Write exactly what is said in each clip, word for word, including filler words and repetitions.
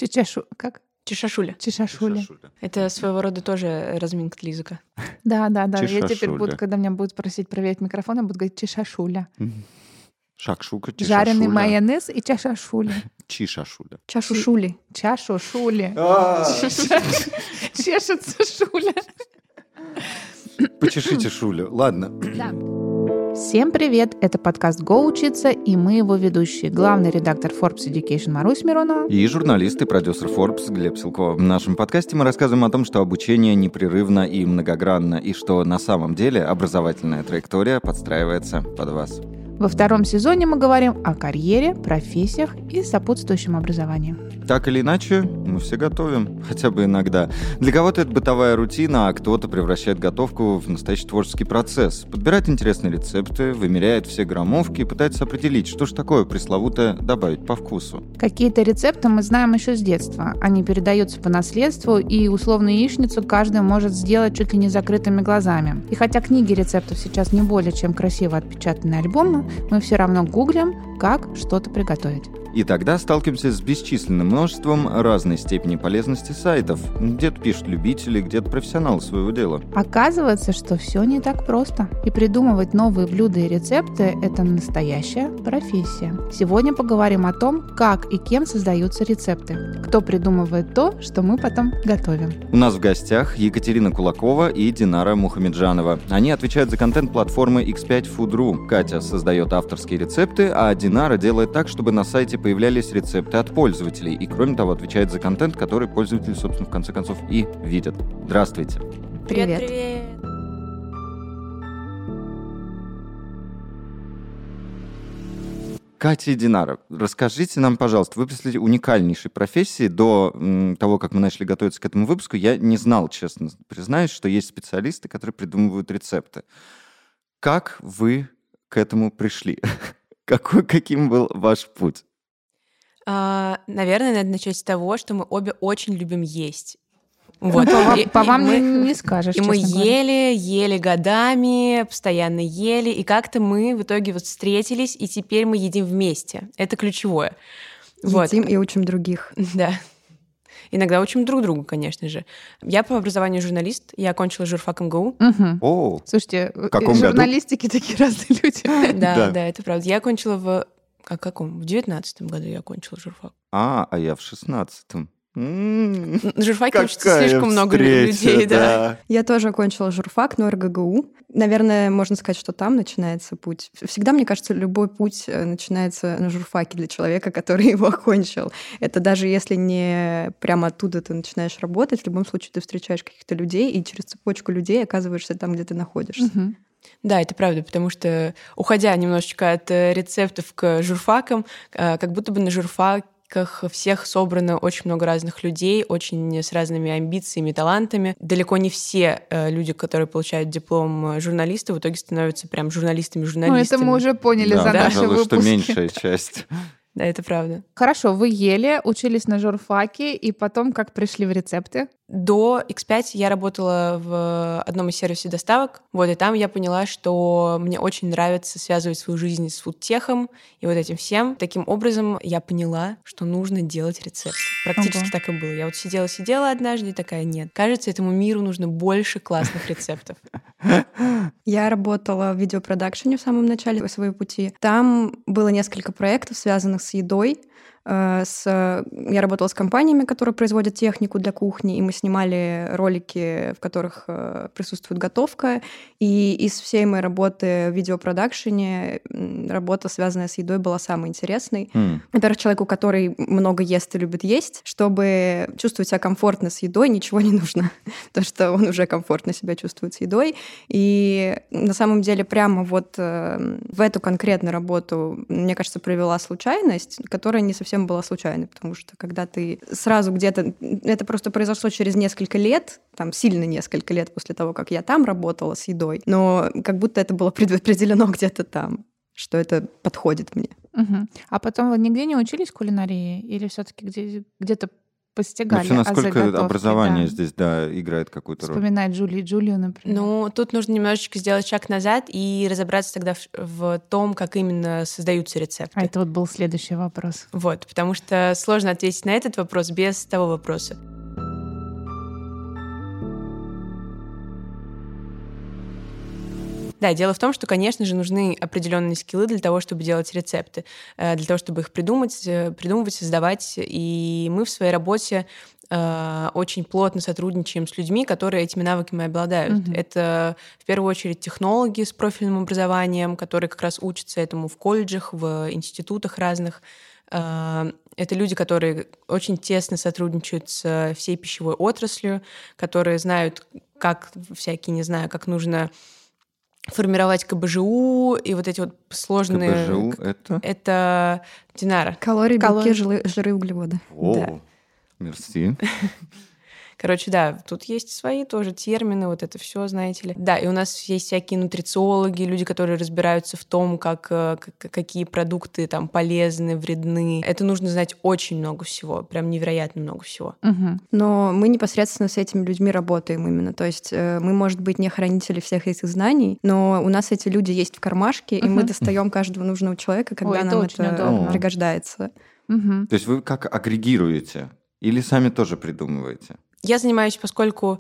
Чешашу... Как? Чешашуля. Чешашуля. Чешашуля. Это своего рода тоже разминка для языка. Да, да, да. Я Чешашуля. теперь буду, когда меня будут просить проверить микрофон, я буду говорить чешашуля. Шакшука, чешашуля. Жареный майонез и чешашуля. Чишашуля. Чашушули. Чашушули. Чешется шуля. Почешите шулю. Ладно. Да. Всем привет! Это подкаст «Го учиться», и мы его ведущие. Главный редактор Forbes Education Марусь Миронова. И журналист и продюсер Forbes Глеб Силкова. В нашем подкасте мы рассказываем о том, что обучение непрерывно и многогранно, и что на самом деле образовательная траектория подстраивается под вас. Во втором сезоне мы говорим о карьере, профессиях и сопутствующем образовании. Так или иначе, мы все готовим, хотя бы иногда. Для кого-то это бытовая рутина, а кто-то превращает готовку в настоящий творческий процесс. Подбирает интересные рецепты, вымеряет все граммовки и пытается определить, что ж такое пресловутое добавить по вкусу. Какие-то рецепты мы знаем еще с детства. Они передаются по наследству, и условную яичницу каждый может сделать чуть ли не закрытыми глазами. И хотя книги рецептов сейчас не более чем красиво отпечатанные альбомы, мы все равно гуглим, как что-то приготовить. И тогда сталкиваемся с бесчисленным множеством разной степени полезности сайтов. Где-то пишут любители, где-то профессионалы своего дела. Оказывается, что все не так просто. И придумывать новые блюда и рецепты – это настоящая профессия. Сегодня поговорим о том, как и кем создаются рецепты. Кто придумывает то, что мы потом готовим. У нас в гостях Екатерина Кулакова и Динара Мухамеджанова. Они отвечают за контент платформы икс пять фуд точка ру. Катя создает авторские рецепты, а Динара делает так, чтобы на сайте появлялись рецепты от пользователей. И, кроме того, отвечает за контент, который пользователи, собственно, в конце концов и видят. Здравствуйте. Привет. Привет. Катя и Динара, расскажите нам, пожалуйста, вы представляете уникальнейшей профессии. До м, того, как мы начали готовиться к этому выпуску, я не знал, честно признаюсь, что есть специалисты, которые придумывают рецепты. Как вы к этому пришли? Какой, каким был ваш путь? А, наверное, надо начать с того, что мы обе очень любим есть. Вот. По, вам- И- по и вам мы- не, не скажешь, И мы честно говоря. ели, ели годами, постоянно ели, и как-то мы в итоге вот встретились, и теперь мы едим вместе. Это ключевое. Вот. Едим и учим других. Да. Иногда учим друг друга, конечно же. Я по образованию журналист, я окончила журфак эм гэ у. Мгм. О, Слушайте, В каком в году? журналистике такие разные люди. Да, Да. да, это правда. Я окончила в... А каком? В девятнадцатом году я окончила журфак. а, а я в шестнадцатом. М, На журфаке учится Какая слишком много встреча, людей, да. Я тоже окончила журфак, но эр гэ гэ у. Наверное, можно сказать, что там начинается путь. Всегда, мне кажется, любой путь э, начинается на журфаке для человека, который его окончил. Это даже если не прямо оттуда ты начинаешь работать, в любом случае ты встречаешь каких-то людей, и через цепочку людей оказываешься там, где ты находишься. Мгм. Да, это правда, потому что, уходя немножечко от э, рецептов к журфакам, э, как будто бы на журфаках всех собрано очень много разных людей, очень с разными амбициями, талантами. Далеко не все э, люди, которые получают диплом э, журналиста, в итоге становятся прям Ну, журналистами-журналистами. это мы уже поняли Да, за наши пожалуй, что выпуски. меньшая часть. Да, это правда. Хорошо, вы ели, учились на журфаке, и потом как пришли в рецепты? До икс пять я работала в одном из сервисов доставок, вот, и там я поняла, что мне очень нравится связывать свою жизнь с фудтехом и вот этим всем. Таким образом, я поняла, что нужно делать рецепты. Практически Ого. так и было. Я вот сидела-сидела однажды и такая, нет, кажется, этому миру нужно больше классных рецептов. Я работала в видеопродакшене в самом начале своего пути. Там было несколько проектов, связанных с едой. Э, С... Я работала с компаниями, которые производят технику для кухни, и мы снимали ролики, в которых э, присутствует готовка. И из всей моей работы в видеопродакшене м, работа, связанная с едой, была самой интересной. М, Во-первых, человеку, который много ест и любит есть, чтобы чувствовать себя комфортно с едой, ничего не нужно, потому что он уже комфортно себя чувствует с едой. И на самом деле прямо вот э, в эту конкретную работу, мне кажется, привела случайность, которая не совсем была случайной, потому что когда ты сразу где-то... Это просто произошло через несколько лет, там сильно несколько лет после того, как я там работала с едой, но как будто это было предопределено где-то там, что это подходит мне. Мгм. А потом вы нигде не учились кулинарии? Или все-таки где- где-то постигали Вообще, насколько азы готовки, образование да. здесь, да, играет какую-то роль? Вспоминать Джули и Джулию, например. Ну, тут нужно немножечко сделать шаг назад и разобраться тогда в, в том, как именно создаются рецепты. А это вот был следующий вопрос. Вот, потому что сложно ответить на этот вопрос без того вопроса. Да, дело в том, что, конечно же, нужны определенные скиллы для того, чтобы делать рецепты, для того, чтобы их придумать, придумывать, создавать. И мы в своей работе очень плотно сотрудничаем с людьми, которые этими навыками обладают. Mm-hmm. Это, в первую очередь, технологи с профильным образованием, которые как раз учатся этому в колледжах, в институтах разных. Это люди, которые очень тесно сотрудничают с всей пищевой отраслью, которые знают, как всякие, не знаю, как нужно формировать ка бэ жэ у и вот эти вот сложные... ка бэ жэ у это? Это, Динара. Калории, Калории. белки, жиры, жиры, углеводы. О, Да. мерси. Короче, да, тут есть свои тоже термины, вот это все, знаете ли. Да, и у нас есть всякие нутрициологи, люди, которые разбираются в том, как, какие продукты там полезны, вредны. Это нужно знать очень много всего, прям невероятно много всего. Угу. Но мы непосредственно с этими людьми работаем именно. То есть мы, может быть, не хранители всех этих знаний, но у нас эти люди есть в кармашке, угу. и мы достаем каждого нужного человека, когда Ой, нам это, это удобно. пригождается. Угу. То есть вы как агрегируете? Или сами тоже придумываете? Я занимаюсь, поскольку,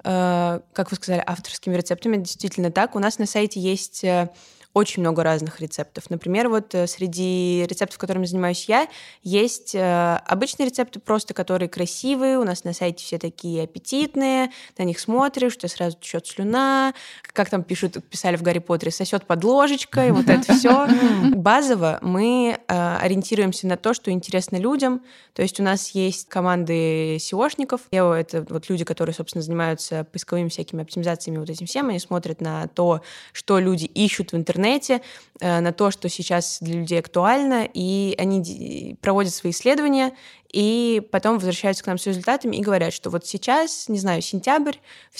э, как вы сказали, авторскими рецептами. Действительно так. У нас на сайте есть э, очень много разных рецептов. Например, вот э, среди рецептов, которыми занимаюсь я, есть э, обычные рецепты просто, которые красивые. У нас на сайте все такие аппетитные. На них смотришь, у тебя сразу течет слюна. Как там пишут, писали в Гарри Поттере, сосет под ложечкой. Вот это все. Базово мы э, ориентируемся на то, что интересно людям. То есть у нас есть команды сеошников. Это вот люди, которые, собственно, занимаются поисковыми всякими оптимизациями, вот этим всем. Они смотрят на то, что люди ищут в интернете, на то, что сейчас для людей актуально, и они проводят свои исследования, и потом возвращаются к нам с результатами и говорят, что вот сейчас, не знаю, сентябрь,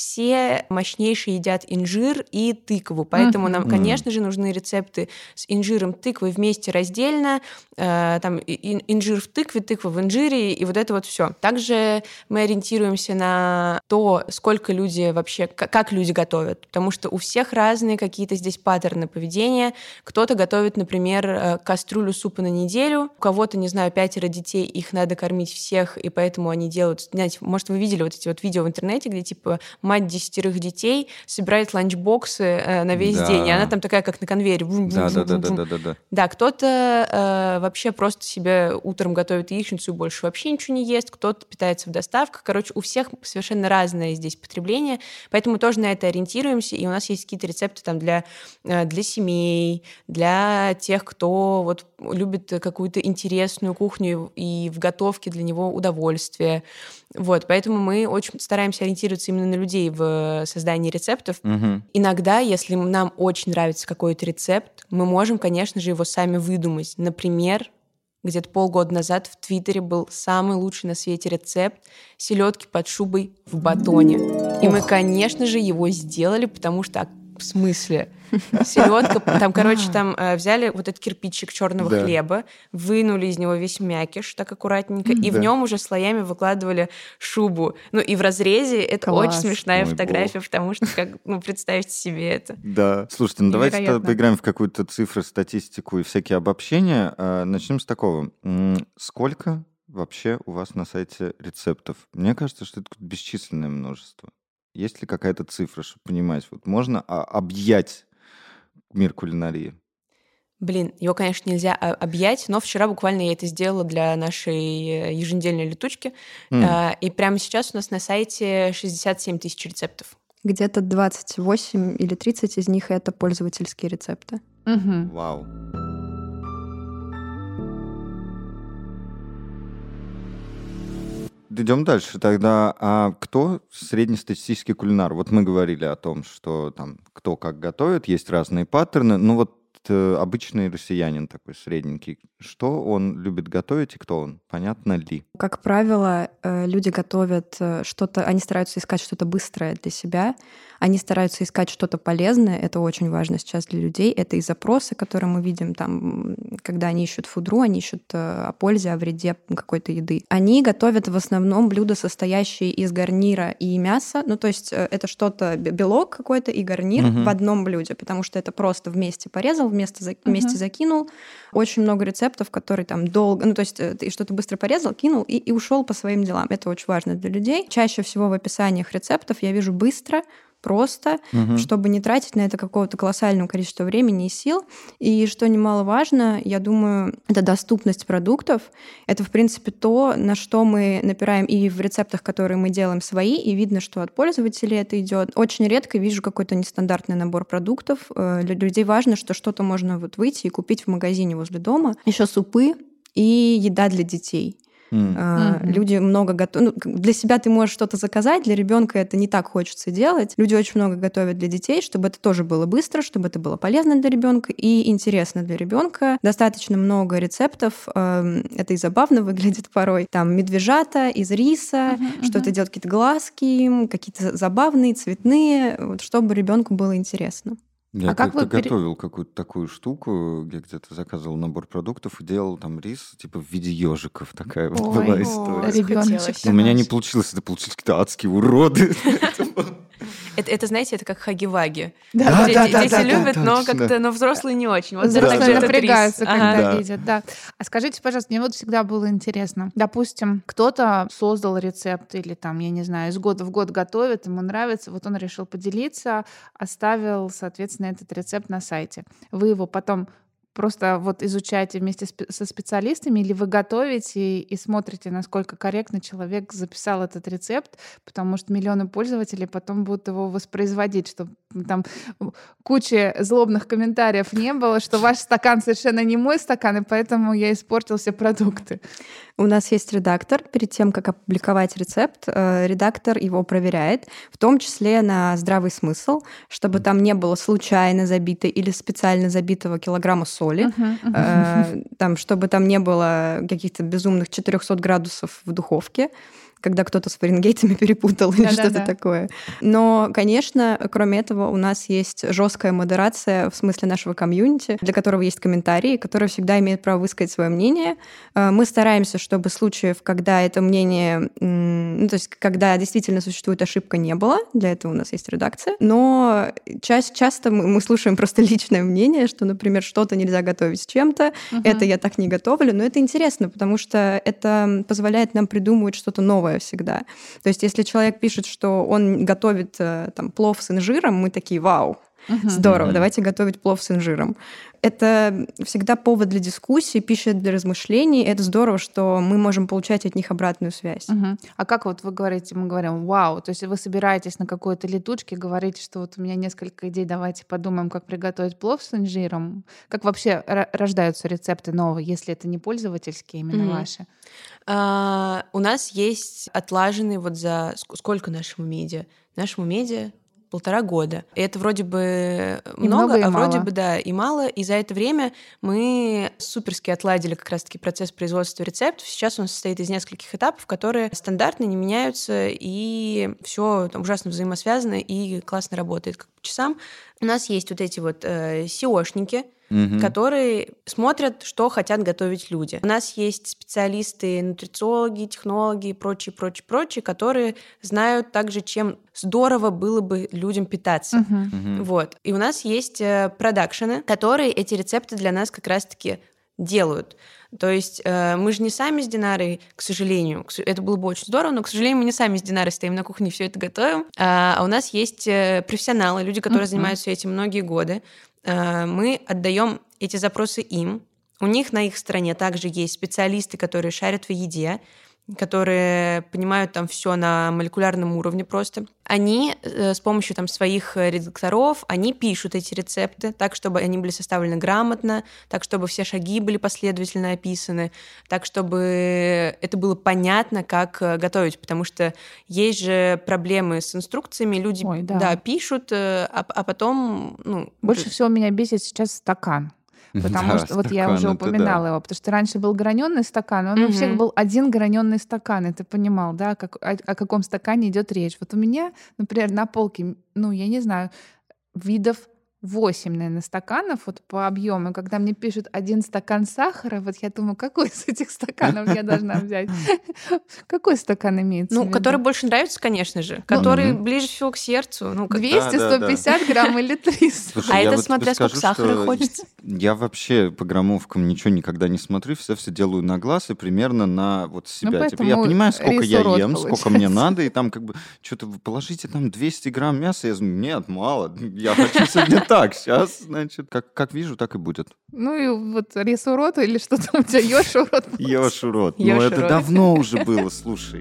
все мощнейшие едят инжир и тыкву, поэтому mm-hmm. нам, конечно же, нужны рецепты с инжиром, тыквой вместе раздельно, э, там инжир в тыкве, тыква в инжире, и вот это вот все. Также мы ориентируемся на то, сколько люди вообще, как люди готовят, потому что у всех разные какие-то здесь паттерны поведения. Кто-то готовит, например, кастрюлю супа на неделю, у кого-то, не знаю, пятеро детей, их надо кормить всех, и поэтому они делают... Знаете, может, вы видели вот эти вот видео в интернете, где, типа, мать десятерых детей собирает ланчбоксы э, на весь да. день, и она там такая, как на конвейере. Да-да-да. Да, кто-то э, вообще просто себе утром готовит яичницу и больше вообще ничего не ест, кто-то питается в доставках. Короче, у всех совершенно разное здесь потребление, поэтому тоже на это ориентируемся, и у нас есть какие-то рецепты там для, для семей, для тех, кто вот любит какую-то интересную кухню и в готовке для него удовольствие. Вот, поэтому мы очень стараемся ориентироваться именно на людей в создании рецептов. Угу. Иногда, если нам очень нравится какой-то рецепт, мы можем, конечно же, его сами выдумать. Например, где-то полгода назад в Твиттере был самый лучший на свете рецепт селедки под шубой в батоне. И мы, конечно же, его сделали, потому что в смысле? Селедка, там, короче, там э, взяли вот этот кирпичик черного да. хлеба, вынули из него весь мякиш так аккуратненько, и да. в нем уже слоями выкладывали шубу. Ну и в разрезе это Класс. очень смешная Мой фотография, бог. потому что, как, ну, представьте себе это. Да. Слушайте, ну давайте Невероятно. тогда поиграем в какую-то цифру, статистику и всякие обобщения. А, начнем с такого. Сколько вообще у вас на сайте рецептов? Мне кажется, что это бесчисленное множество. Есть ли какая-то цифра, чтобы понимать? Вот можно объять мир кулинарии? Блин, его, конечно, нельзя объять, но вчера буквально я это сделала для нашей еженедельной летучки. Mm. И прямо сейчас у нас на сайте шестьдесят семь тысяч рецептов. Где-то двадцать восемь или тридцать из них — это пользовательские рецепты. Угу. Вау. Идем дальше. Тогда, а кто среднестатистический кулинар? Вот мы говорили о том, что там кто как готовит, есть разные паттерны. Ну вот э, обычный россиянин такой средненький, что он любит готовить и кто он? Понятно ли? Как правило, э, люди готовят э, что-то, они стараются искать что-то быстрое для себя, они стараются искать что-то полезное, это очень важно сейчас для людей, это и запросы, которые мы видим там, когда они ищут фудру, они ищут э, о пользе, о вреде какой-то еды. Они готовят в основном блюда, состоящие из гарнира и мяса, ну то есть э, это что-то, белок какой-то и гарнир Мгм. в одном блюде, потому что это просто вместе порезал, вместе, за- Мгм. вместе закинул. Очень много рецептов, которые там долго, ну то есть э, ты что-то быстро порезал, кинул и, и ушел по своим делам. Это очень важно для людей. Чаще всего в описаниях рецептов я вижу быстро, просто, Мгм. чтобы не тратить на это какого-то колоссального количества времени и сил. И что немаловажно, я думаю, это доступность продуктов. Это, в принципе, то, на что мы напираем и в рецептах, которые мы делаем свои, и видно, что от пользователей это идет. Очень редко вижу какой-то нестандартный набор продуктов. Э, Для людей важно, что что-то можно вот выйти и купить в магазине возле дома. Еще супы и еда для детей. М. А, Мгм. Люди много готовят. Для себя ты можешь что-то заказать, для ребенка это не так хочется делать. Люди очень много готовят для детей, чтобы это тоже было быстро, чтобы это было полезно для ребенка и интересно для ребенка. Достаточно много рецептов. эм, Это и забавно выглядит порой. Там медвежата из риса, Мгм, что-то мгм. делать, какие-то глазки, им, какие-то забавные, цветные, вот, чтобы ребенку было интересно. Я А как как-то вы пере- готовил какую-то такую штуку, я где-то заказывал набор продуктов и делал там рис, типа в виде ежиков. Такая вот Ой, была О, история. ребеночек захотелось. ты У меня не наш. получилось, это получились какие-то адские уроды. Это, это, знаете, это как хаги-ваги. Да, Вот де- да, де- да, Дети да, любят, но точно. как-то, но взрослые не очень. Вот Взрослые так же этот рис. напрягаются, Ага. когда Да. видят, да. А скажите, пожалуйста, мне вот всегда было интересно. Допустим, кто-то создал рецепт или там, я не знаю, из года в год готовит, ему нравится, вот он решил поделиться, оставил, соответственно, этот рецепт на сайте. Вы его потом просто вот изучаете вместе спе- со специалистами или вы готовите и смотрите, насколько корректно человек записал этот рецепт, потому что миллионы пользователей потом будут его воспроизводить, чтобы там кучи злобных комментариев не было, что ваш стакан совершенно не мой стакан, и поэтому я испортил все продукты. У нас есть редактор. Перед тем, как опубликовать рецепт, э, редактор его проверяет, в том числе на здравый смысл, чтобы там не было случайно забитой или специально забитого килограмма соли, Мгм, мгм. э, там, чтобы там не было каких-то безумных четырехсот градусов в духовке, когда кто-то с фаренгейтами перепутал или Да-да-да. что-то такое. Но, конечно, кроме этого, у нас есть жесткая модерация в смысле нашего комьюнити, для которого есть комментарии, которые всегда имеют право высказать свое мнение. Э, Мы стараемся, чтобы случаев, когда это мнение, м, ну, то есть когда действительно существует ошибка, не было. Для этого у нас есть редакция. Но ча- часто мы, мы слушаем просто личное мнение, что, например, что-то нельзя готовить с чем-то, Мгм. это я так не готовлю, но это интересно, потому что это позволяет нам придумывать что-то новое всегда. То есть если человек пишет, что он готовит э, там, плов с инжиром, мы такие: вау, Мгм. здорово, Мгм. давайте готовить плов с инжиром. Это всегда повод для дискуссии, пища для размышлений. Это здорово, что мы можем получать от них обратную связь. Мгм. А как вот вы говорите, мы говорим, вау, то есть вы собираетесь на какой-то летучке, говорите, что вот у меня несколько идей, давайте подумаем, как приготовить плов с инжиром. Как вообще ро- рождаются рецепты новые, если это не пользовательские, именно Мгм. ваши? А, у нас есть отлаженный вот за ск- сколько нашему медиа? Нашему медиа полтора года. И это вроде бы И много, много, и а вроде мало. бы да, и мало. И за это время мы суперски отладили как раз-таки процесс производства рецептов. Сейчас он состоит из нескольких этапов, которые стандартно не меняются, и все ужасно взаимосвязано и классно работает как по часам. У нас есть вот эти вот э, сеошники, Мгм. которые смотрят, что хотят готовить люди. У нас есть специалисты, нутрициологи, технологи и прочие, прочие, прочие, которые знают также, чем здорово было бы людям питаться. Мгм. Мгм. Вот. И у нас есть э, продакшены, которые эти рецепты для нас как раз-таки делают. То есть э, мы же не сами с Динарой, к сожалению, к с- это было бы очень здорово, но, к сожалению, мы не сами с Динарой стоим на кухне и все это готовим, а, а у нас есть э, профессионалы, люди, которые Мгм. занимаются этим многие годы. Э, мы отдаем эти запросы им. У них на их стороне также есть специалисты, которые шарят в еде, которые понимают там все на молекулярном уровне просто. Они э, с помощью там своих редакторов, они пишут эти рецепты так, чтобы они были составлены грамотно, так, чтобы все шаги были последовательно описаны, так, чтобы это было понятно, как готовить, потому что есть же проблемы с инструкциями, люди Ой, да. Да, пишут, а, а потом... Ну, Больше всего меня бесит сейчас стакан. Потому Да, что вот я стакан, уже это упоминала да. его, потому что раньше был граненый стакан, он у Мгм. всех был один граненый стакан, и ты понимал, да, как, о, о каком стакане идет речь. Вот у меня, например, на полке, ну, я не знаю, видов восемь, наверное, стаканов вот по объему. Когда мне пишут один стакан сахара, вот я думаю, какой из этих стаканов я должна взять? Какой стакан имеется в Ну, виду? который больше нравится, конечно же, Ну, который Мгм. ближе всего к сердцу. Ну, как- двести, Да, да, сто пятьдесят грамм или триста? Слушай, А я это вот тебе смотря сколько скажу, сахара что хочется. Я вообще по граммовкам ничего никогда не смотрю, все все делаю на глаз и примерно на вот себя. Типа, я поэтому понимаю, сколько рис я урод ем, сколько мне получается. надо, и там как бы что-то вы положите там двести грамм мяса. Я думаю, нет, мало, я хочу сегодня так. Сейчас, значит, как, как вижу, так и будет. Ну и вот рис урод или что там у тебя, ёж урод? Ешь урод. Но Ешь это урод. давно уже было, слушай.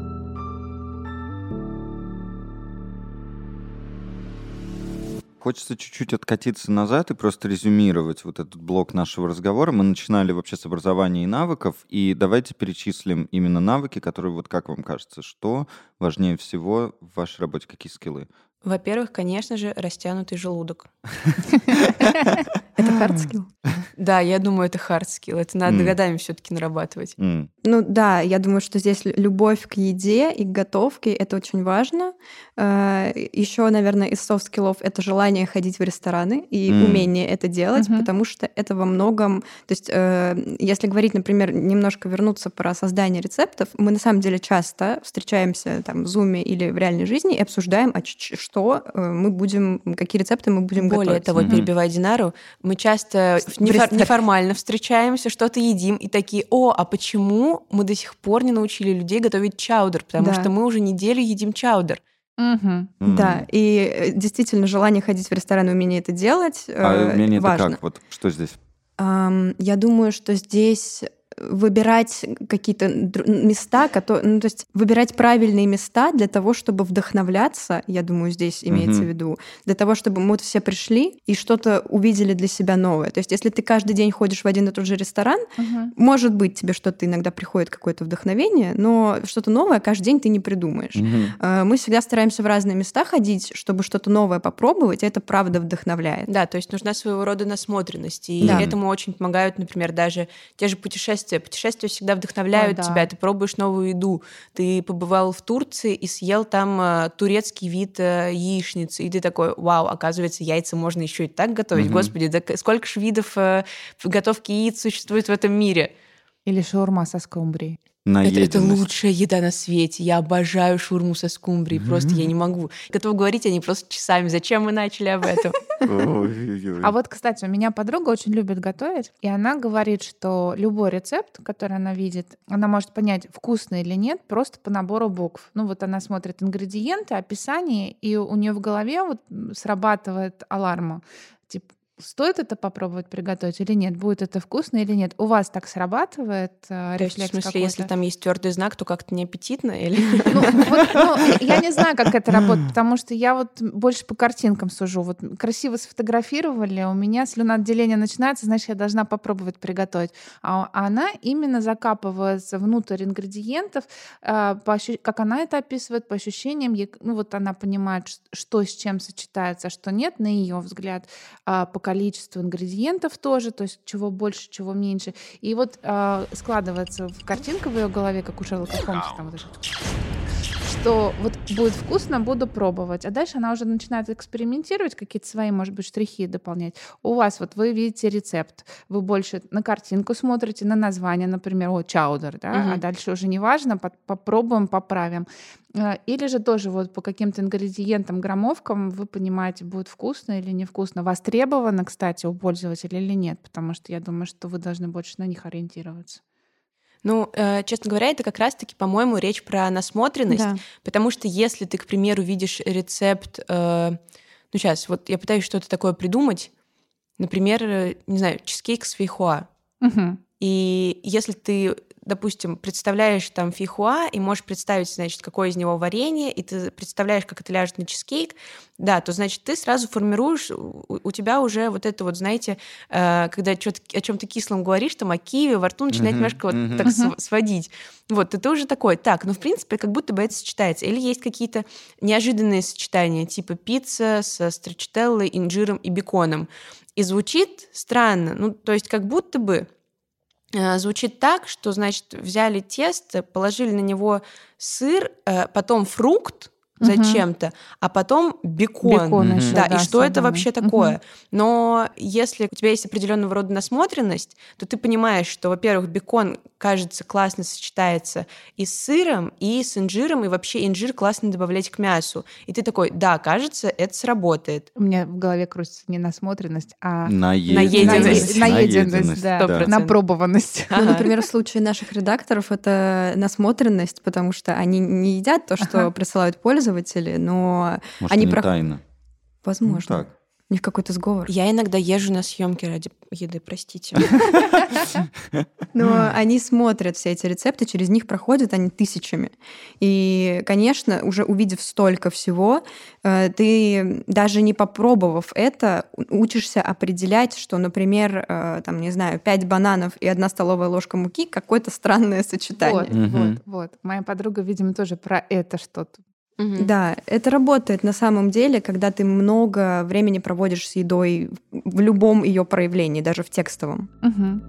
Хочется чуть-чуть откатиться назад и просто резюмировать вот этот блок нашего разговора. Мы начинали вообще с образования и навыков, и давайте перечислим именно навыки, которые, вот как вам кажется, что важнее всего в вашей работе, какие скиллы? Во-первых, конечно же, растянутый желудок. Это hard skill. Да, я думаю, это hard skill. Это надо М. годами все-таки нарабатывать. М, Ну да, я думаю, что здесь лю- любовь к еде и к готовке — это очень важно. Еще, наверное, из софт-скиллов — это желание ходить в рестораны и М. умение это делать, Мгм. потому что это во многом... То есть, э, если говорить, например, немножко вернуться про создание рецептов, мы на самом деле часто встречаемся там в Zoom или в реальной жизни и обсуждаем, а ч- ч- что э, мы будем, какие рецепты мы будем Более готовить. того, Мгм. перебивая Динару, мы часто В нефор- ресторане. неформально встречаемся, что-то едим, и такие, о, а почему мы до сих пор не научили людей готовить чаудер? Потому Да. что мы уже неделю едим чаудер. Мгм. м. Да, и э, действительно желание ходить в ресторан и умение это делать А э, умение это важно. как? Вот что здесь? Ам, Я думаю, что здесь выбирать какие-то дру- места, которые, ну, то есть выбирать правильные места для того, чтобы вдохновляться, я думаю, здесь имеется Мгм. в виду, для того, чтобы мы вот все пришли и что-то увидели для себя новое. То есть если ты каждый день ходишь в один и тот же ресторан, Мгм. может быть, тебе что-то иногда приходит, какое-то вдохновение, но что-то новое каждый день ты не придумаешь. Мгм. Э, Мы всегда стараемся в разные места ходить, чтобы что-то новое попробовать, и это правда вдохновляет. Да, то есть нужна своего рода насмотренность. И Да. этому очень помогают, например, даже те же путешествия. Путешествия всегда вдохновляют Ой, да. тебя. Ты пробуешь новую еду. Ты побывал в Турции и съел там э, турецкий вид э, яичницы. И ты такой, вау, оказывается, яйца можно еще и так готовить. Мгм. Господи, да к- сколько ж видов э, готовки яиц существует в этом мире? Или шаурма со скумбрией. Это, это Наеденность. лучшая еда на свете. Я обожаю шаурму со скумбрией. Просто я не могу. Готова говорить о ней просто часами. Зачем мы начали об этом? Ой-ой-ой. А вот, кстати, у меня подруга очень любит готовить, и она говорит, что любой рецепт, который она видит, она может понять, вкусно или нет, просто по набору букв. Ну вот она смотрит ингредиенты, описание, и у нее в голове вот срабатывает аларма. Типа, стоит это попробовать приготовить или нет? Будет это вкусно или нет? У вас так срабатывает э, То есть, в рефлекс смысле, какой-то? если там есть твердый знак, то как-то неаппетитно? Или... Ну, вот, ну, я не знаю, как это работает, потому что я вот больше по картинкам сужу. Вот красиво сфотографировали, у меня слюноотделение начинается, значит, я должна попробовать приготовить. А а она именно закапывается внутрь ингредиентов, э, по ощу- как она это описывает, по ощущениям, ей- ну вот она понимает, ш- что с чем сочетается, а что нет, на ее взгляд, а, по количеству ингредиентов тоже, то есть чего больше, чего меньше. И вот а, складывается в картинка в ее голове, как у Шерлока Холмса, там вот это, что вот будет вкусно, буду пробовать. А дальше она уже начинает экспериментировать, какие-то свои, может быть, штрихи дополнять. У вас вот вы видите рецепт, вы больше на картинку смотрите, на название, например, о, чаудер, да, Мгм. а дальше уже не важно, под- попробуем, поправим. Э, Или же тоже вот по каким-то ингредиентам, граммовкам вы понимаете, будет вкусно или невкусно. Востребовано, кстати, у пользователя или нет, потому что я думаю, что вы должны больше на них ориентироваться. Ну, э, честно говоря, это как раз-таки, по-моему, речь про насмотренность, Да. потому что если ты, к примеру, видишь рецепт, э, ну, сейчас, вот я пытаюсь что-то такое придумать, например, э, не знаю, чизкейк с фейхоа, Мгм. и если ты допустим, представляешь там фейхоа и можешь представить, значит, какое из него варенье, и ты представляешь, как это ляжет на чизкейк, да, то, значит, ты сразу формируешь, у, у тебя уже вот это вот, знаете, э, когда что-то, о чем-то кислом говоришь, там, о киви, во рту начинает Мгм, немножко вот мгм. так св- сводить. Вот, и ты уже такой, так, ну, в принципе, как будто бы это сочетается. Или есть какие-то неожиданные сочетания, типа пицца со строчителлой, инжиром и беконом. И звучит странно, ну, то есть как будто бы э, звучит так, что, значит, взяли тесто, положили на него сыр, э, потом фрукт Мгм. зачем-то, а потом бекон. Бекон Мгм. еще, Да, да, и что это соленый. вообще Мгм. такое? Но если у тебя есть определенного рода насмотренность, то ты понимаешь, что, во-первых, бекон, кажется, классно сочетается и с сыром, и с инжиром, и вообще инжир классно добавлять к мясу. И ты такой, да, кажется, это сработает. У меня в голове крутится не насмотренность, а Наеденность. наеденность, наеденность, да, Сто процентов. напробованность. Ну, например, в случае наших редакторов это насмотренность, потому что они не едят то, что Ага. присылают пользователи, но Может, они не прох- тайна. возможно. Ну, так. У них какой-то сговор. Я иногда езжу на съемки ради еды, простите. Но они смотрят все эти рецепты, через них проходят они тысячами. И, конечно, уже увидев столько всего, э, ты, даже не попробовав это, у- учишься определять, что, например, э, там, не знаю, пять бананов и одна столовая ложка муки — какое-то странное сочетание. Вот, Мгм. вот, вот. Моя подруга, видимо, тоже про это что-то. Мгм. Да, это работает на самом деле, когда ты много времени проводишь с едой в любом ее проявлении, даже в текстовом. Мгм.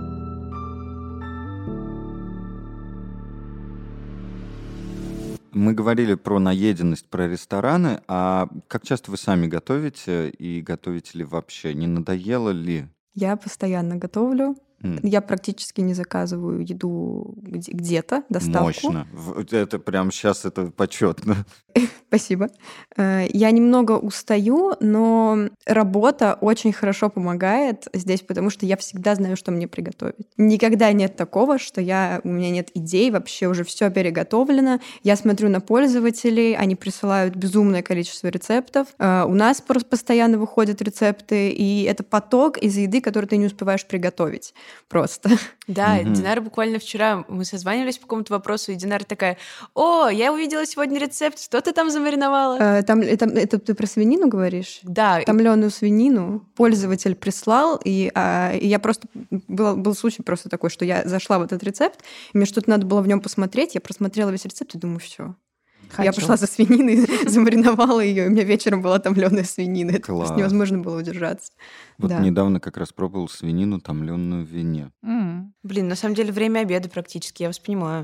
Мы говорили про наеденность, про рестораны, а как часто вы сами готовите и готовите ли вообще? Не надоело ли? Я постоянно готовлю. М, Я практически не заказываю еду где- где-то, доставку. Мощно. В- Это прям сейчас это почетно. Спасибо. Э, Я немного устаю, но работа очень хорошо помогает здесь, потому что я всегда знаю, что мне приготовить. Никогда нет такого, что я, у меня нет идей, вообще уже все переготовлено. Я смотрю на пользователей, они присылают безумное количество рецептов. Э, У нас просто постоянно выходят рецепты, и это поток из еды, которую ты не успеваешь приготовить. Просто. Да, Мгм. Динара буквально вчера, мы созванивались по какому-то вопросу, и Динара такая, о, я увидела сегодня рецепт, что ты там замариновала? Э, Там, это, это ты про свинину говоришь? Да, и- Томленую свинину пользователь прислал, и, а, и я просто... Был, был случай просто такой, что я зашла в этот рецепт, и мне что-то надо было в нем посмотреть, я просмотрела весь рецепт и думаю, все. Я Хочу. пошла за свининой, замариновала ее, и у меня вечером была томленая свинина. Это Класс. просто невозможно было удержаться. Вот Да. недавно как раз пробовал свинину, томленную в вине. М. блин, на самом деле время обеда практически, я вас понимаю.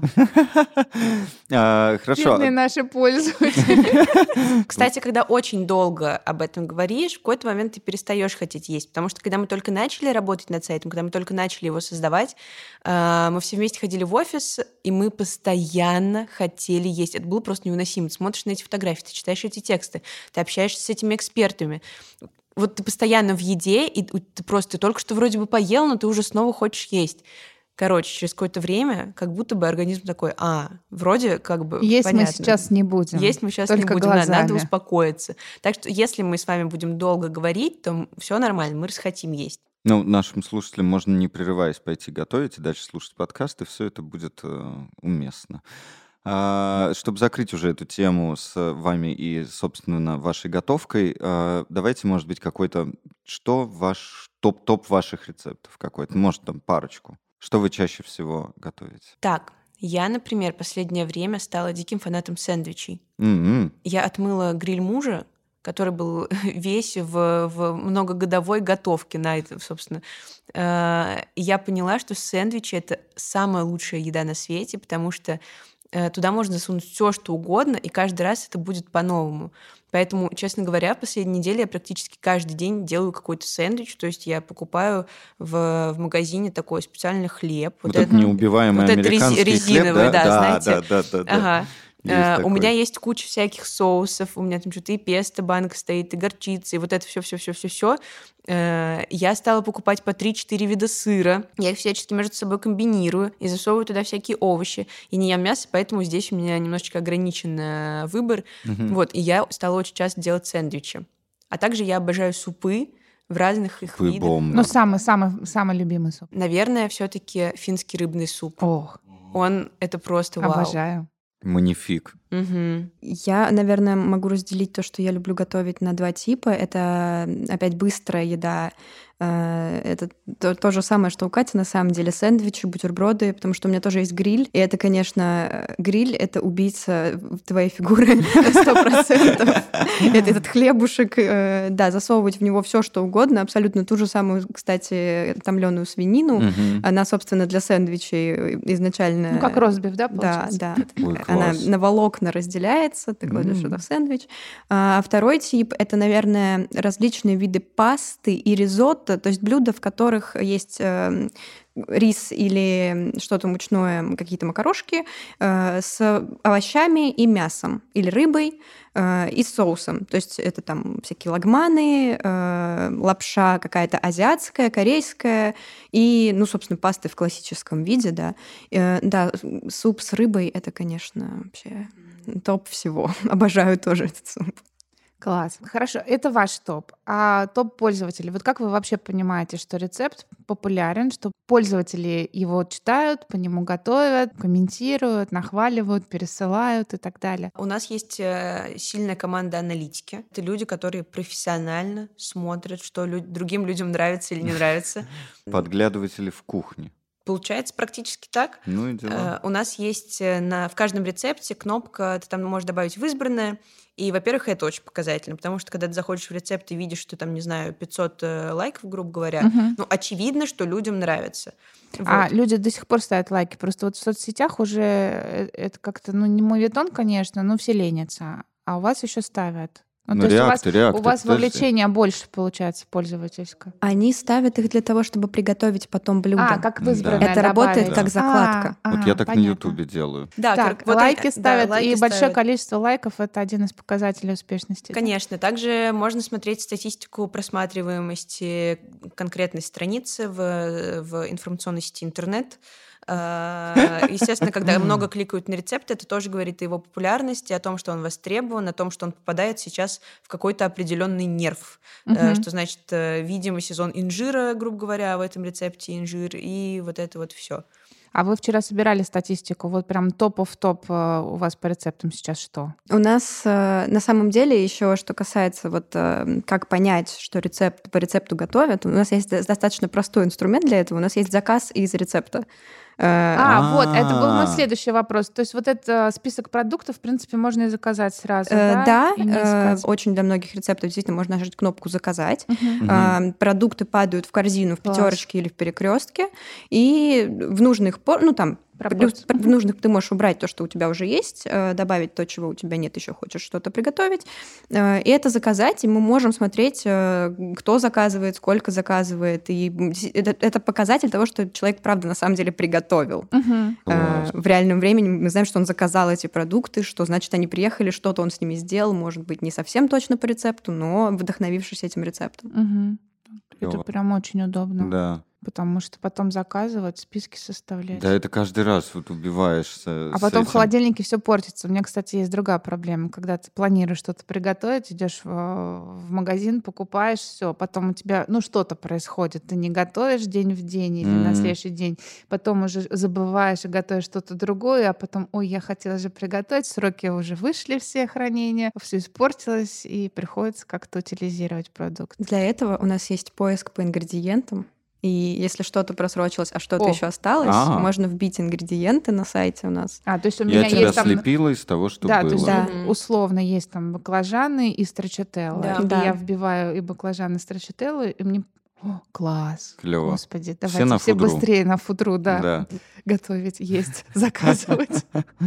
А, Хорошо. Бедные наши пользователи. Кстати, когда очень долго об этом говоришь, в какой-то момент ты перестаешь хотеть есть, потому что когда мы только начали работать над сайтом, когда мы только начали его создавать, э, мы все вместе ходили в офис, и мы постоянно хотели есть. Это было просто невыносимо. Ты смотришь на эти фотографии, ты читаешь эти тексты, ты общаешься с этими экспертами. Вот ты постоянно в еде, и ты просто ты только что вроде бы поел, но ты уже снова хочешь есть. Короче, через какое-то время как будто бы организм такой, а, вроде как бы Есть мы понятно. сейчас не будем. Есть мы сейчас Только не будем, надо, надо глазами. успокоиться. Так что если мы с вами будем долго говорить, то все нормально, мы расхотим есть. Ну, нашим слушателям можно, не прерываясь, пойти готовить и дальше слушать подкасты, все это будет э, уместно. А, чтобы закрыть уже эту тему с вами и, собственно, вашей готовкой, а, давайте, может быть, какой-то... Что ваш топ-топ ваших рецептов какой-то? Может, там парочку. Что вы чаще всего готовите? Так, я, например, последнее время стала диким фанатом сэндвичей. М-м. Я отмыла гриль мужа, который был весь в, в многогодовой готовке на это, собственно. Э, и я поняла, что сэндвичи — это самая лучшая еда на свете, потому что э, туда можно засунуть все, что угодно, и каждый раз это будет по-новому. Поэтому, честно говоря, в последние недели я практически каждый день делаю какой-то сэндвич, то есть я покупаю в, в магазине такой специальный хлеб. Вот, это неубиваемый вот этот американский рези- резиновый, хлеб, да? да, да, знаете. да, да, да, да. Ага. Есть Э, У такой. меня есть куча всяких соусов, у меня там что-то и песто банка стоит, и горчица, и вот это все, все, все, все, все. Я стала покупать по три-четыре вида сыра. Я их всячески между собой комбинирую и засовываю туда всякие овощи. Я не ем мясо, поэтому здесь у меня немножечко ограничен э, выбор. Мгм. Вот, и я стала очень часто делать сэндвичи. А также я обожаю супы. в разных их Вы видах. бомба. Ну, самый-самый самый любимый суп. Наверное, все-таки финский рыбный суп. Ох, Он это просто вау. обожаю. Манифик. Мгм. Я, наверное, могу разделить то, что я люблю готовить, на два типа. Это опять быстрая еда. Э, Это то, то же самое, что у Кати, на самом деле, сэндвичи, бутерброды, потому что у меня тоже есть гриль. И это, конечно, гриль — это убийца твоей фигуры сто процентов. Это этот хлебушек, э, да, засовывать в него все, что угодно, абсолютно ту же самую, кстати, томленую свинину. Мгм. Она, собственно, для сэндвичей изначально... Ну, как ростбиф, да, Да, получается? да. Ой, Она класс. на волокна разделяется, ты кладешь М. это в сэндвич. А второй тип — это, наверное, различные виды пасты и ризотто, то есть блюда, в которых есть э, рис или что-то мучное, какие-то макарошки э, с овощами и мясом, или рыбой э, и с соусом. То есть это там всякие лагманы, э, лапша какая-то азиатская, корейская и, ну, собственно, пасты в классическом виде, да. Э, да, суп с рыбой — это, конечно, вообще топ всего. Обожаю тоже этот суп. Класс. Хорошо, это ваш топ. А топ пользователей. Вот как вы вообще понимаете, что рецепт популярен, что пользователи его читают, по нему готовят, комментируют, нахваливают, пересылают и так далее? У нас есть э, сильная команда аналитики. Это люди, которые профессионально смотрят, что лю- другим людям нравится или не нравится. Подглядыватели в кухне. Получается практически так. Ну и дела. Э, У нас есть э, на, в каждом рецепте кнопка, ты там можешь добавить в избранное. И, во-первых, это очень показательно, потому что когда ты заходишь в рецепт и видишь, что там, не знаю, пятьсот э, лайков, грубо говоря, Мгм. ну, очевидно, что людям нравится. А Вот. люди до сих пор ставят лайки. Просто вот в соцсетях уже э, это как-то, ну, не моветон, конечно, но все ленятся. А у вас еще ставят. Ну, Ну, то есть у вас, реакты, реакты, у вас подожди. вовлечение больше получается пользовательское. Они ставят их для того, чтобы приготовить потом блюдо. А, как в Да. избранное Это работает добавить. как закладка. А, Вот а, я так понятно. на Ютубе делаю. Да, Так, как- вот лайки они- ставят, да, лайки и большое ставят. количество лайков — это один из показателей успешности. да? Конечно. Также можно смотреть статистику просматриваемости конкретной страницы в, в информационной сети интернет. А, Естественно, когда много кликают на рецепт, это тоже говорит о его популярности, о том, что он востребован, о том, что он попадает сейчас в какой-то определенный нерв. Э, Мгм. Что значит, э, видимо, сезон инжира, грубо говоря, в этом рецепте инжир, и вот это вот все. А вы вчера собирали статистику, вот прям топ-оф-топ э, у вас по рецептам сейчас что? У нас э, на самом деле еще, что касается вот э, как понять, что рецепт по рецепту готовят, у нас есть до- достаточно простой инструмент для этого. У нас есть заказ из рецепта. Э, А, вот, это был мой А. следующий вопрос. То есть вот этот э, список продуктов, в принципе, можно и заказать сразу, э, да? Да, И не э, искать. очень для многих рецептов действительно можно нажать кнопку «Заказать». Мгм. А, Продукты падают в корзину в Класс. пятерочке или в перекрестке, и в нужных пор, ну там Пропорции. плюс- в нужных ты можешь убрать то, что у тебя уже есть, э, добавить то, чего у тебя нет, еще хочешь что-то приготовить, э, и это заказать, и мы можем смотреть, э, кто заказывает, сколько заказывает, и это, это показатель того, что человек правда на самом деле приготовил. Мгм. Класс. Э, В реальном времени мы знаем, что он заказал эти продукты, что значит они приехали, что-то он с ними сделал, может быть, не совсем точно по рецепту, но вдохновившись этим рецептом. Мгм. Это Клёво. прям очень удобно, Да. потому что потом заказывать, списки составлять. Да, это каждый раз вот убиваешься. А с потом в этим. холодильнике все портится. У меня, кстати, есть другая проблема. Когда ты планируешь что-то приготовить, идешь в, в магазин, покупаешь все, потом у тебя, ну, что-то происходит. Ты не готовишь день в день или на Мгм. следующий день, потом уже забываешь и готовишь что-то другое, а потом, ой, я хотела же приготовить, сроки уже вышли все хранения, все испортилось, и приходится как-то утилизировать продукт. Для этого у нас есть поиск по ингредиентам. И если что-то просрочилось, а что-то О. еще осталось, А. можно вбить ингредиенты на сайте у нас. А, то есть у Я меня тебя есть там... слепила из того, что Да, было. то есть Да. у- условно есть там баклажаны и страчателло. Да. И Да. я вбиваю и баклажаны, и страчателло, и мне... О, класс! Клёво. Господи, Все давайте на все, фудру. быстрее на фудру, да, Да. готовить, есть, заказывать.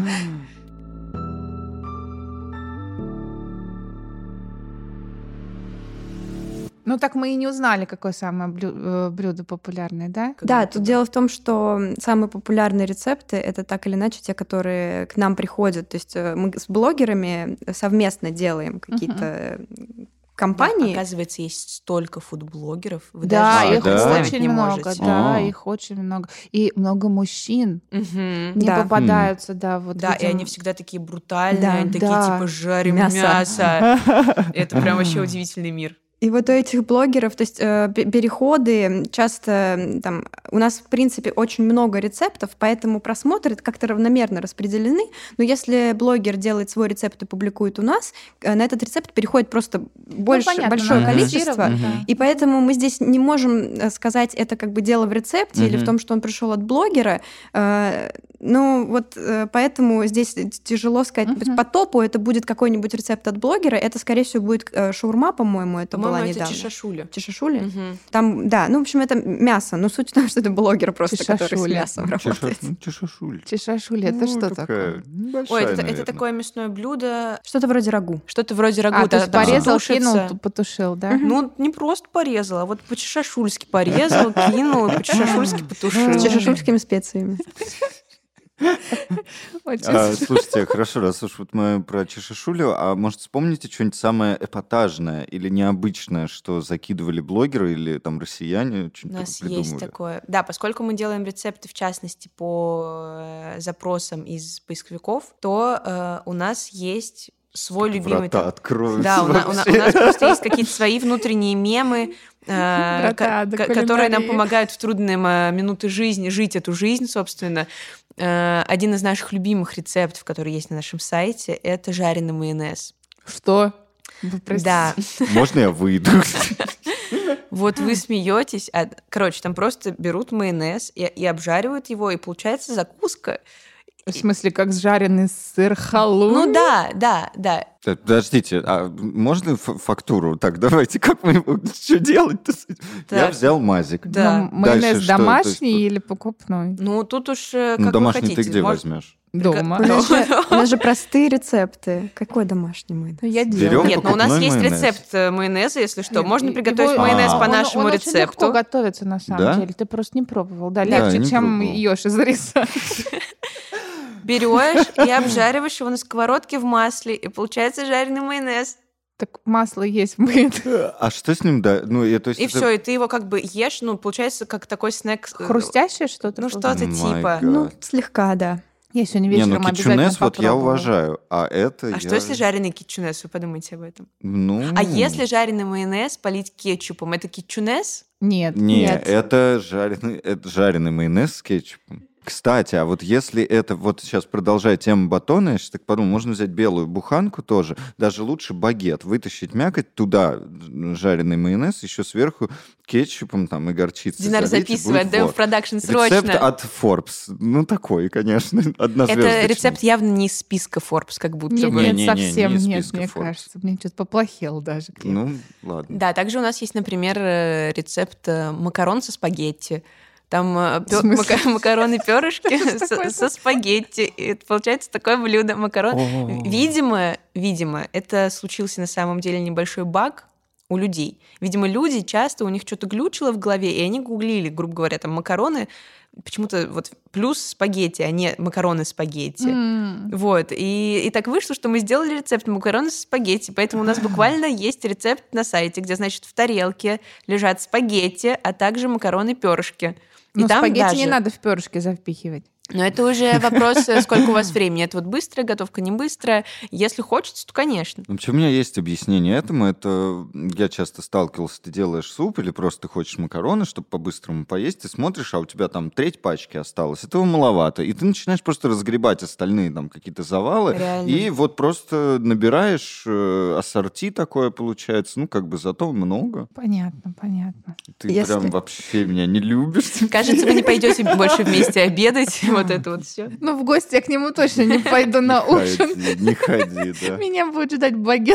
Ну так мы и не узнали, какое самое блю- э, блюдо популярное, да? Как Да, будто тут бы. дело в том, что самые популярные рецепты — это так или иначе те, которые к нам приходят. То есть э, мы с блогерами совместно делаем какие-то компании. Да, оказывается, есть столько фудблогеров. Вы Да, даже себе их да? представить очень не много, можете. да, А. их очень много. И много мужчин Мгм. не Да. попадаются, да, вот Да, и видим- они всегда такие брутальные, Да. они такие Да. типа жарим Мясо. мясо. Это прям вообще удивительный мир. И вот у этих блогеров, то есть э, переходы часто там у нас, в принципе, очень много рецептов, поэтому просмотры как-то равномерно распределены. Но если блогер делает свой рецепт и публикует у нас, э, на этот рецепт переходит просто больше, ну, большое количество. Да. И поэтому мы здесь не можем сказать, это как бы дело в рецепте mm-hmm. или в том, что он пришел от блогера. Э, ну вот э, поэтому здесь тяжело сказать. Mm-hmm. По топу это будет какой-нибудь рецепт от блогера. Это, скорее всего, будет э, шаурма, по-моему, это По-моему, была это недавно. чешашуля. Чешашуля? Угу. Там, да, ну, в общем, это мясо. Но суть в том, что это блогер просто, Чешашуля. который с мясом работает. Чешашуля. Чешашуля, это ну, что такая такое? Большая, Ой, это, это такое мясное блюдо. Что-то вроде рагу. Что-то вроде рагу. А, да, то есть да, порезал, тушится. кинул, потушил, да? Угу. Ну, не просто порезал, а вот по-чешашульски порезал, кинул, по-чешашульски потушил. С чешашульскими специями. А, слушайте, хорошо, раз уж вот мы про чешашулю, а может вспомните что-нибудь самое эпатажное или необычное, что закидывали блогеры или там россияне? У нас есть такое. Да, поскольку мы делаем рецепты, в частности, по запросам из поисковиков, то э, у нас есть свой любимый... Врата откроются. Да, у, на, у, у нас просто есть какие-то свои внутренние мемы, э, Врата, к- которые нам помогают в трудные минуты жизни жить эту жизнь, собственно. Э, один из наших любимых рецептов, который есть на нашем сайте, это жареный майонез. Что? Да. Можно я выйду? Вот вы смеетесь, а, короче, там просто берут майонез и, и обжаривают его, и получается закуска. В смысле, как жареный сыр халуми? Ну да, да, да. Так, подождите, а можно фактуру? Так, давайте, как мы что делать-то? Я взял мазик. Да. Ну, майонез Дальше домашний что? есть... или покупной? Ну тут уж как ну, вы домашний хотите. ты где Может... возьмешь? Дома. У нас, же, у нас же простые рецепты. Какой домашний майонез? Ну, я Берем делаю. Нет, но у нас есть майонез. рецепт майонеза, если что. Можно Его- приготовить майонез А. по Он- нашему он рецепту. очень легко готовится, на самом Да? деле. Ты просто не пробовал. Да, Да, легче, не чем пробовал. Ёши зарисовать. Берешь и обжариваешь его на сковородке в масле, и получается жареный майонез. Так масло есть будет. А что с ним, да? Ну, я, то есть И это- все, и ты его как бы ешь, ну, получается, как такой снэк. э, Хрустящее что-то? Ну, получается? что-то My типа. God. Ну, слегка, да. Я сегодня Не, вечером ну обязательно китчунес вот я попробую. уважаю, а это А я... что если жареный китчунес? Вы подумайте об этом. Ну... А если жареный майонез полить кетчупом, это китчунес? Нет. Не, нет. это жареный, это жареный майонез с кетчупом. Кстати, а вот если это, вот сейчас продолжая тему батона, я сейчас так подумал, можно взять белую буханку тоже, даже лучше багет, вытащить мякоть, туда жареный майонез, еще сверху кетчупом там и горчицей Динар залить, и записывает, будет даем в вот. продакшн Рецепт срочно. от Forbes. Ну, такой, конечно, однозвездочный. Это рецепт явно не из списка Forbes, как будто Нет, бы. нет, Не-не-не, совсем не из нет, списка мне Forbes. кажется. Мне что-то поплохело даже. Ну, ладно. Да, также у нас есть, например, э, рецепт э, макарон со спагетти. Там э, пё- смысле? мака- макароны-перышки Что такое? со, со спагетти. И это получается такое блюдо. Макарон. О. Видимо, видимо, это случился на самом деле небольшой баг у людей. Видимо, люди часто, у них что-то глючило в голове, и они гуглили, грубо говоря, там макароны, почему-то вот плюс спагетти, а не макароны-спагетти. М. Вот, и, и так вышло, что мы сделали рецепт макароны со спагетти, поэтому у нас буквально есть рецепт на сайте, где, значит, в тарелке лежат спагетти, а также макароны-перышки. И Но там спагетти даже... не надо в перышки запихивать. Но это уже вопрос, э, сколько у вас времени. Это вот быстрая готовка, не быстрая. Если хочется, то, конечно. Вообще, у меня есть объяснение этому. Это я часто сталкивался, ты делаешь суп или просто ты хочешь макароны, чтобы по-быстрому поесть, ты смотришь, а у тебя там треть пачки осталось, этого маловато. И ты начинаешь просто разгребать остальные там какие-то завалы. Реально. И вот просто набираешь э, ассорти такое получается. Ну, как бы зато много. Понятно, понятно. Ты Если- прям вообще меня не любишь. Кажется, вы не пойдете больше вместе обедать. Вот это вот все. Ну, в гости я к нему точно не пойду на Не ужин. ходи, не ходи, да. Меня будет ждать багет.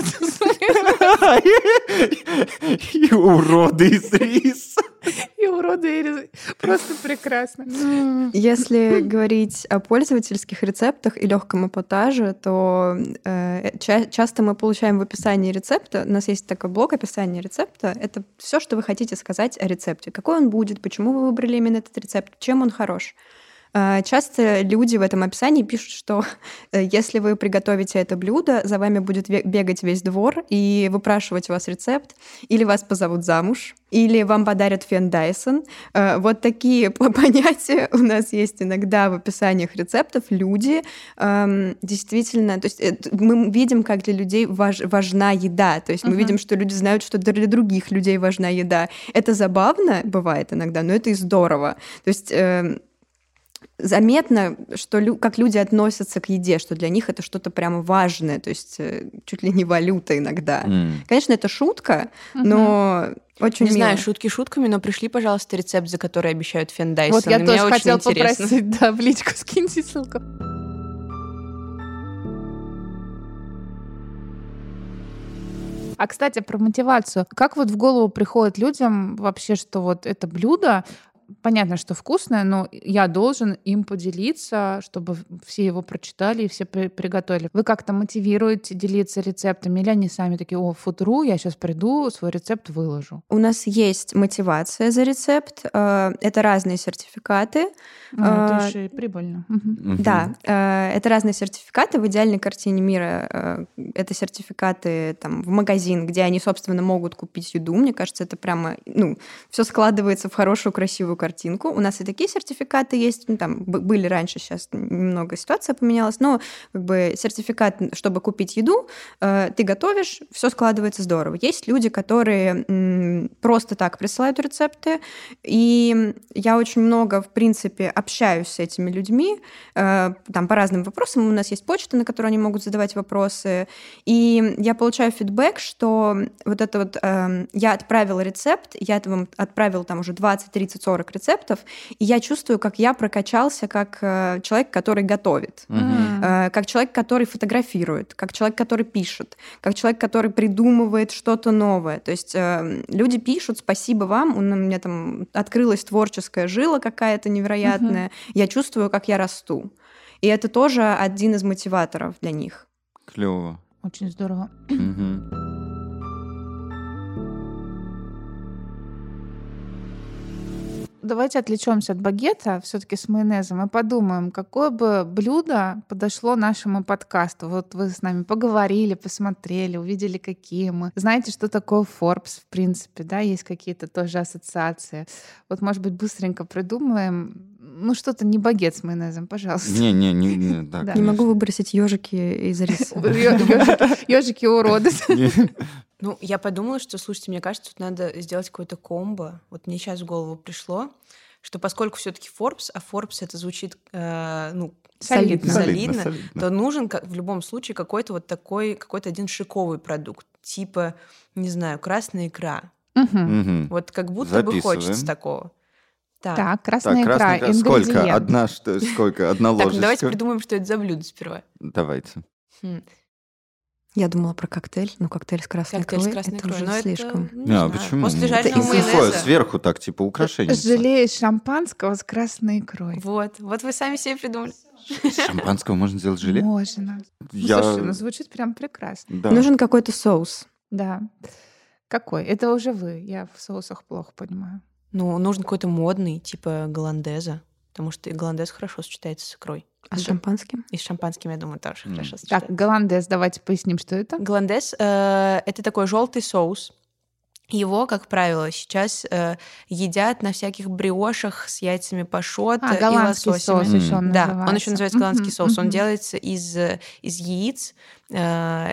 И уроды из риса. И уроды, и рез- просто прекрасно. Если говорить о пользовательских рецептах и легком эпатаже, то э, ча- часто мы получаем в описании рецепта, у нас есть такой блок описания рецепта, это все, что вы хотите сказать о рецепте. Какой он будет, почему вы выбрали именно этот рецепт, чем он хорош. Часто люди в этом описании пишут, что если вы приготовите это блюдо, за вами будет бегать весь двор и выпрашивать у вас рецепт, или вас позовут замуж, или вам подарят фен Dyson. Вот такие понятия у нас есть иногда в описаниях рецептов. Люди эм, действительно... То есть мы видим, как для людей важ, важна еда. То есть мы uh-huh. видим, что люди знают, что для других людей важна еда. Это забавно бывает иногда, но это и здорово. То есть... Э, заметно, что лю- как люди относятся к еде, что для них это что-то прямо важное, то есть э, чуть ли не валюта иногда. Mm. Конечно, это шутка, mm-hmm. но очень Не мило. знаю, шутки шутками, но пришли, пожалуйста, рецепт, за который обещают фен Dyson. Вот я Мне тоже очень хотела интересно. попросить, да, в личку скиньте ссылку. А, кстати, про мотивацию. Как вот в голову приходит людям вообще, что вот это блюдо, понятно, что вкусное, но я должен им поделиться, чтобы все его прочитали и все при- приготовили. Вы как-то мотивируете делиться рецептами, или они сами такие: о, футру, я сейчас приду, свой рецепт выложу? У нас есть мотивация за рецепт. Это разные сертификаты. А, это еще и прибыльно. Угу. Да, это разные сертификаты. В идеальной картине мира это сертификаты там, в магазин, где они, собственно, могут купить еду. Мне кажется, это прямо, ну, все складывается в хорошую, красивую картинку. У нас и такие сертификаты есть. Ну, там были раньше, сейчас немного ситуация поменялась, но как бы сертификат, чтобы купить еду, ты готовишь, все складывается здорово. Есть люди, которые м, просто так присылают рецепты, и я очень много, в принципе, общаюсь с этими людьми, э, там по разным вопросам. У нас есть почта, на которой они могут задавать вопросы, и я получаю фидбэк, что вот это вот э, я отправила рецепт, я вам отправила там уже двадцать, тридцать, сорок рецептов, и я чувствую, как я прокачался как э, человек, который готовит, mm-hmm. э, как человек, который фотографирует, как человек, который пишет, как человек, который придумывает что-то новое. То есть э, люди пишут: спасибо вам, у меня там открылась творческая жила какая-то невероятная, mm-hmm. я чувствую, как я расту. И это тоже один из мотиваторов для них. Клево. Очень здорово. Mm-hmm. Давайте отвлечемся от багета все-таки с майонезом и подумаем, какое бы блюдо подошло нашему подкасту. Вот вы с нами поговорили, посмотрели, увидели, какие мы. Знаете, что такое Forbes, в принципе, да? Есть какие-то тоже ассоциации. Вот, может быть, быстренько придумаем. Ну, что-то не багет с майонезом, пожалуйста. Не-не, не, не, да, не могу выбросить ежики из риса. Ежики уроды. Ну, я подумала, что, слушайте, мне кажется, тут надо сделать какое-то комбо. Вот мне сейчас в голову пришло, что поскольку все-таки Forbes, а Forbes это звучит, э, ну, солидно, солидно, солидно, солидно, то нужен в любом случае какой-то вот такой, какой-то один шиковый продукт, типа, не знаю, красная икра. Угу. Угу. Вот как будто Записываем. бы хочется такого. Так, так красная так, икра, красная икра. Сколько? Ингредиент. Одна, что, сколько? Одна ложечка? Так, давайте придумаем, что это за блюдо сперва. Давайте. Хм. Я думала про коктейль, но коктейль с красной Коктейль икрой, с красной это икрой, уже но слишком. Это, не А, знаю, почему? После Это жареного сухое, майонеза. сверху так, типа, украшение. Желе из шампанского с красной икрой. Вот, вот вы сами себе придумали. Из шампанского можно сделать желе? Можно. Я... Ну, слушай, ну звучит прям прекрасно. Да. Нужен какой-то соус. Да. Какой? Это уже вы. Я в соусах плохо понимаю. Ну, нужен какой-то модный, типа голландеза, потому что и голландез хорошо сочетается с икрой. А с шампанским? И с шампанским, я думаю, тоже Mm. хорошо Так, сочетается. голландез, давайте поясним, что это. Голландез э, это такой желтый соус. Его, как правило, сейчас э, едят на всяких бриошах с яйцами пашот А, и голландский лососями. соус еще он Да, называется. он еще называется голландский Мгм, соус. Он мгм. делается из, из яиц. Э,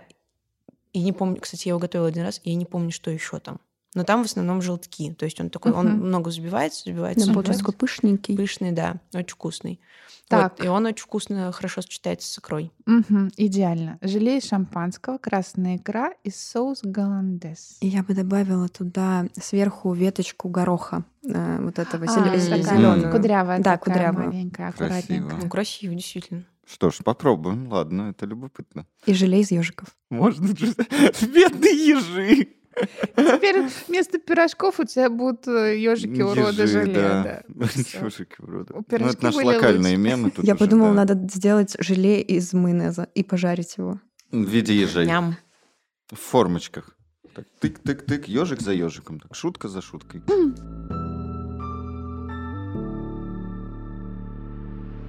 и не помню, кстати, я его готовила один раз, и я не помню, что еще там. Но там в основном желтки. То есть он такой, он Мгм. много взбивается, Да, взбивается, получается взбивается. такой пышненький. Пышный, да, очень вкусный. Так. Вот, и он очень вкусно, хорошо сочетается с икрой. Мгм, идеально. Желе из шампанского, красная икра и соус голландез. И я бы добавила туда сверху веточку гороха, э, вот этого А, зелё- такая зелёного. кудрявая, Да, такая кудрявая. маленькая, Красиво. аккуратненькая. Ну, красиво, действительно. Что ж, попробуем. Ладно, это любопытно. И желе из ежиков. Можно же... Бедные ежи! Теперь вместо пирожков у тебя будут ежики уроды Ежи, желе. да. Да. Всё. Ежики уроды. У Ну, пирожки это наши были локальные лучше. мемы. Тут Я уже, подумала, да. надо сделать желе из майонеза и пожарить его. В виде ежей. Ням. В формочках. Так, тык-тык-тык, ежик за ежиком. Так, шутка за шуткой.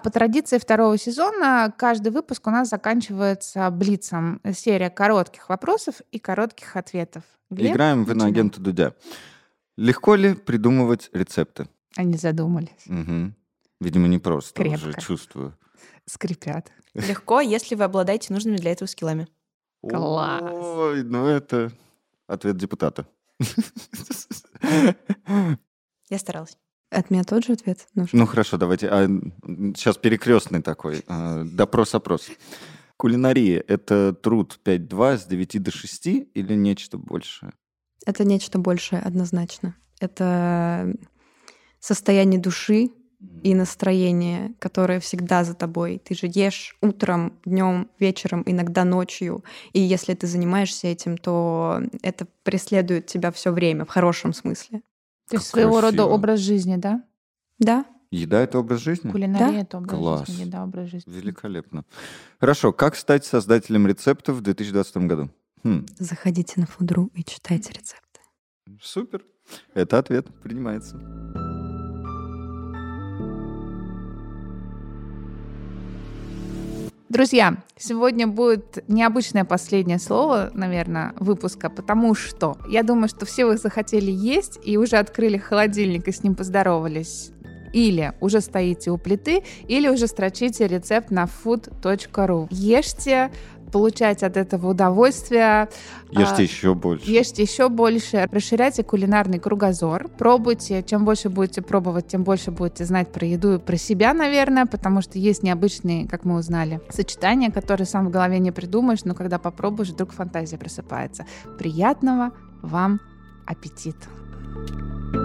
по традиции второго сезона каждый выпуск у нас заканчивается блицом. Серия коротких вопросов и коротких ответов. Глеб, Играем в начинаем. иноагента Дудя. Легко ли придумывать рецепты? Они задумались. Угу. Видимо, не просто, Крепко. уже чувствую. Скрипят. Легко, если вы обладаете нужными для этого скиллами. Класс. Ой, ну это ответ депутата. Я старалась. От меня тот же ответ нужен. Ну хорошо, давайте. А, сейчас перекрестный такой. А, допрос-опрос. Кулинария — это труд пять два с девяти до шести или нечто большее? Это нечто большее однозначно. Это состояние души и настроение, которое всегда за тобой. Ты же ешь утром, днем, вечером, иногда ночью. И если ты занимаешься этим, то это преследует тебя все время, в хорошем смысле. То есть Как своего красиво. рода образ жизни, да? Да. Еда — это образ жизни? Кулинария Да? — это образ Класс. жизни, еда — образ жизни. Великолепно. Хорошо, как стать создателем рецептов в две тысячи двадцатом году? Хм, Заходите на Food.ru и читайте рецепты. супер. Это ответ. Принимается. Друзья, сегодня будет необычное последнее слово, наверное, выпуска, потому что я думаю, что все вы захотели есть и уже открыли холодильник и с ним поздоровались. Или уже стоите у плиты, или уже строчите рецепт на food точка ру. Ешьте, получайте от этого удовольствие. Ешьте а, еще больше. Ешьте еще больше, расширяйте кулинарный кругозор, пробуйте. Чем больше будете пробовать, тем больше будете знать про еду и про себя, наверное, потому что есть необычные, как мы узнали, сочетания, которые сам в голове не придумаешь, но когда попробуешь, вдруг фантазия просыпается. Приятного вам аппетита!